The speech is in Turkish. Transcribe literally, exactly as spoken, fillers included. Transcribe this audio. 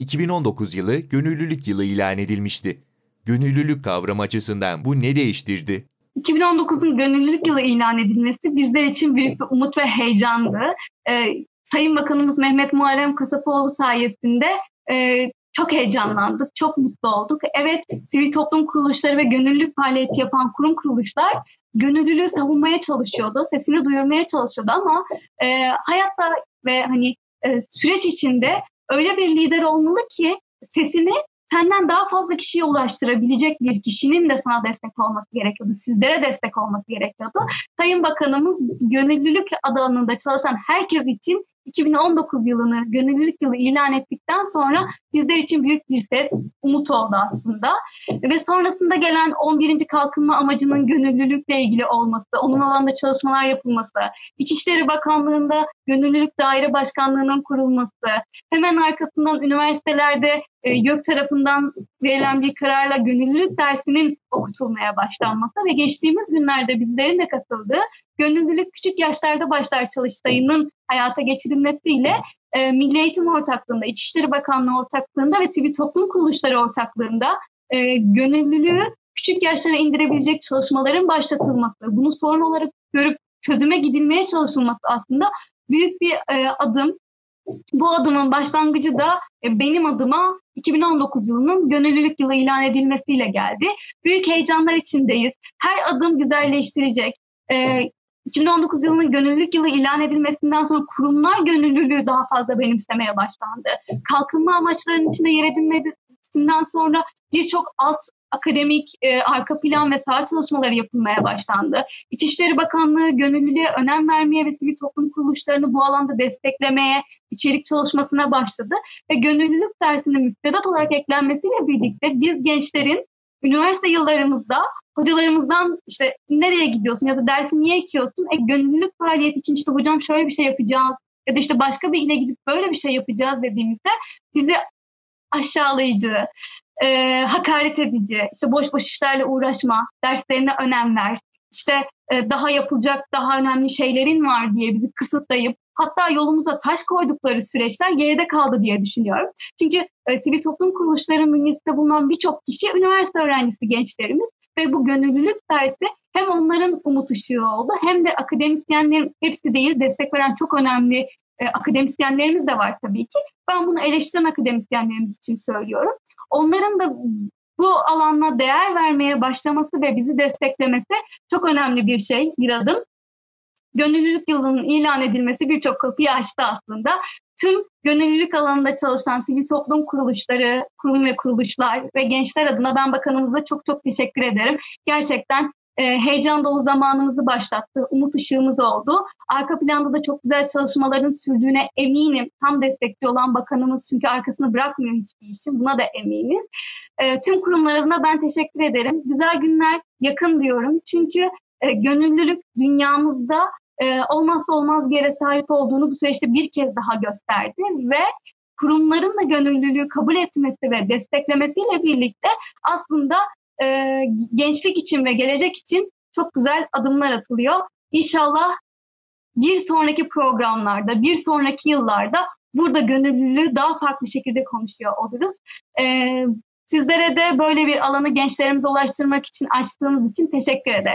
iki bin on dokuz yılı gönüllülük yılı ilan edilmişti. Gönüllülük kavramı açısından bu ne değiştirdi? iki bin on dokuzun gönüllülük yılı ilan edilmesi bizler için büyük bir umut ve heyecandı. Ee, Sayın Bakanımız Mehmet Muharrem Kasapoğlu sayesinde e, çok heyecanlandık, çok mutlu olduk. Evet, sivil toplum kuruluşları ve gönüllülük faaliyeti yapan kurum kuruluşlar gönüllülüğü savunmaya çalışıyordu, sesini duyurmaya çalışıyordu ama e, hayatta ve hani e, süreç içinde öyle bir lider olmalı ki sesini senden daha fazla kişiye ulaştırabilecek bir kişinin de sana destek olması gerekiyordu. Sizlere destek olması gerekiyordu. Sayın Bakanımız gönüllülük alanında çalışan herkes için iki bin on dokuz yılını gönüllülük yılı ilan ettikten sonra bizler için büyük bir ses, umut oldu aslında. Ve sonrasında gelen on birinci kalkınma amacının gönüllülükle ilgili olması, onun alanında çalışmalar yapılması, İçişleri Bakanlığı'nda gönüllülük daire başkanlığının kurulması, hemen arkasından üniversitelerde e, YÖK tarafından verilen bir kararla gönüllülük dersinin okutulmaya başlanması ve geçtiğimiz günlerde bizlerin de katıldığı Gönüllülük Küçük Yaşlarda Başlar Çalıştayı'nın hayata geçirilmesiyle e, Milli Eğitim Ortaklığı'nda, İçişleri Bakanlığı ortaklığında ve sivil toplum kuruluşları ortaklığında e, gönüllülüğü küçük yaşlara indirebilecek çalışmaların başlatılması, bunu sorun olarak görüp çözüme gidilmeye çalışılması aslında büyük bir e, adım. Bu adımın başlangıcı da e, benim adıma iki bin on dokuz yılının gönüllülük yılı ilan edilmesiyle geldi. Büyük heyecanlar içindeyiz. Her adım güzelleştirecek. E, iki bin on dokuz yılının gönüllülük yılı ilan edilmesinden sonra kurumlar gönüllülüğü daha fazla benimsemeye başlandı. Kalkınma amaçlarının içinde yer edilmesinden sonra birçok alt akademik e, arka plan ve saha çalışmaları yapılmaya başlandı. İçişleri Bakanlığı gönüllülüğe önem vermeye ve sivil toplum kuruluşlarını bu alanda desteklemeye, içerik çalışmasına başladı. Ve gönüllülük dersinin müfredat olarak eklenmesiyle birlikte biz gençlerin üniversite yıllarımızda hocalarımızdan işte nereye gidiyorsun ya da dersi niye ekiyorsun? E, gönüllülük faaliyeti için işte hocam şöyle bir şey yapacağız ya da işte başka bir ile gidip böyle bir şey yapacağız dediğimizde bizi aşağılayıcı, e, hakaret edici, işte boş boş işlerle uğraşma, derslerine önem ver, işte e, daha yapılacak daha önemli şeylerin var diye bizi kısıtlayıp hatta yolumuza taş koydukları süreçler geride kaldı diye düşünüyorum. Çünkü e, sivil toplum kuruluşları bünyesinde bulunan birçok kişi üniversite öğrencisi gençlerimiz ve bu gönüllülük dersi hem onların umut ışığı oldu hem de akademisyenlerin hepsi değil destek veren çok önemli e, akademisyenlerimiz de var tabii ki. Ben bunu eleştiren akademisyenlerimiz için söylüyorum. Onların da bu alana değer vermeye başlaması ve bizi desteklemesi çok önemli bir şey, bir adım. Gönüllülük yılının ilan edilmesi birçok kapıyı açtı aslında. Tüm gönüllülük alanında çalışan sivil toplum kuruluşları, kurum ve kuruluşlar ve gençler adına ben bakanımıza çok çok teşekkür ederim. Gerçekten e, heyecan dolu zamanımızı başlattı, umut ışığımız oldu. Arka planda da çok güzel çalışmaların sürdüğüne eminim. Tam destekçi olan bakanımız çünkü arkasını bırakmıyor hiçbir işin, buna da eminiz. E, tüm kurumlar adına ben teşekkür ederim. Güzel günler yakın diyorum çünkü e, gönüllülük dünyamızda Ee, olmazsa olmaz bir yere sahip olduğunu bu süreçte bir kez daha gösterdi ve kurumların da gönüllülüğü kabul etmesi ve desteklemesiyle birlikte aslında e, gençlik için ve gelecek için çok güzel adımlar atılıyor. İnşallah bir sonraki programlarda, bir sonraki yıllarda burada gönüllülüğü daha farklı şekilde konuşuyor oluruz. Ee, sizlere de böyle bir alanı gençlerimize ulaştırmak için açtığınız için teşekkür ederim.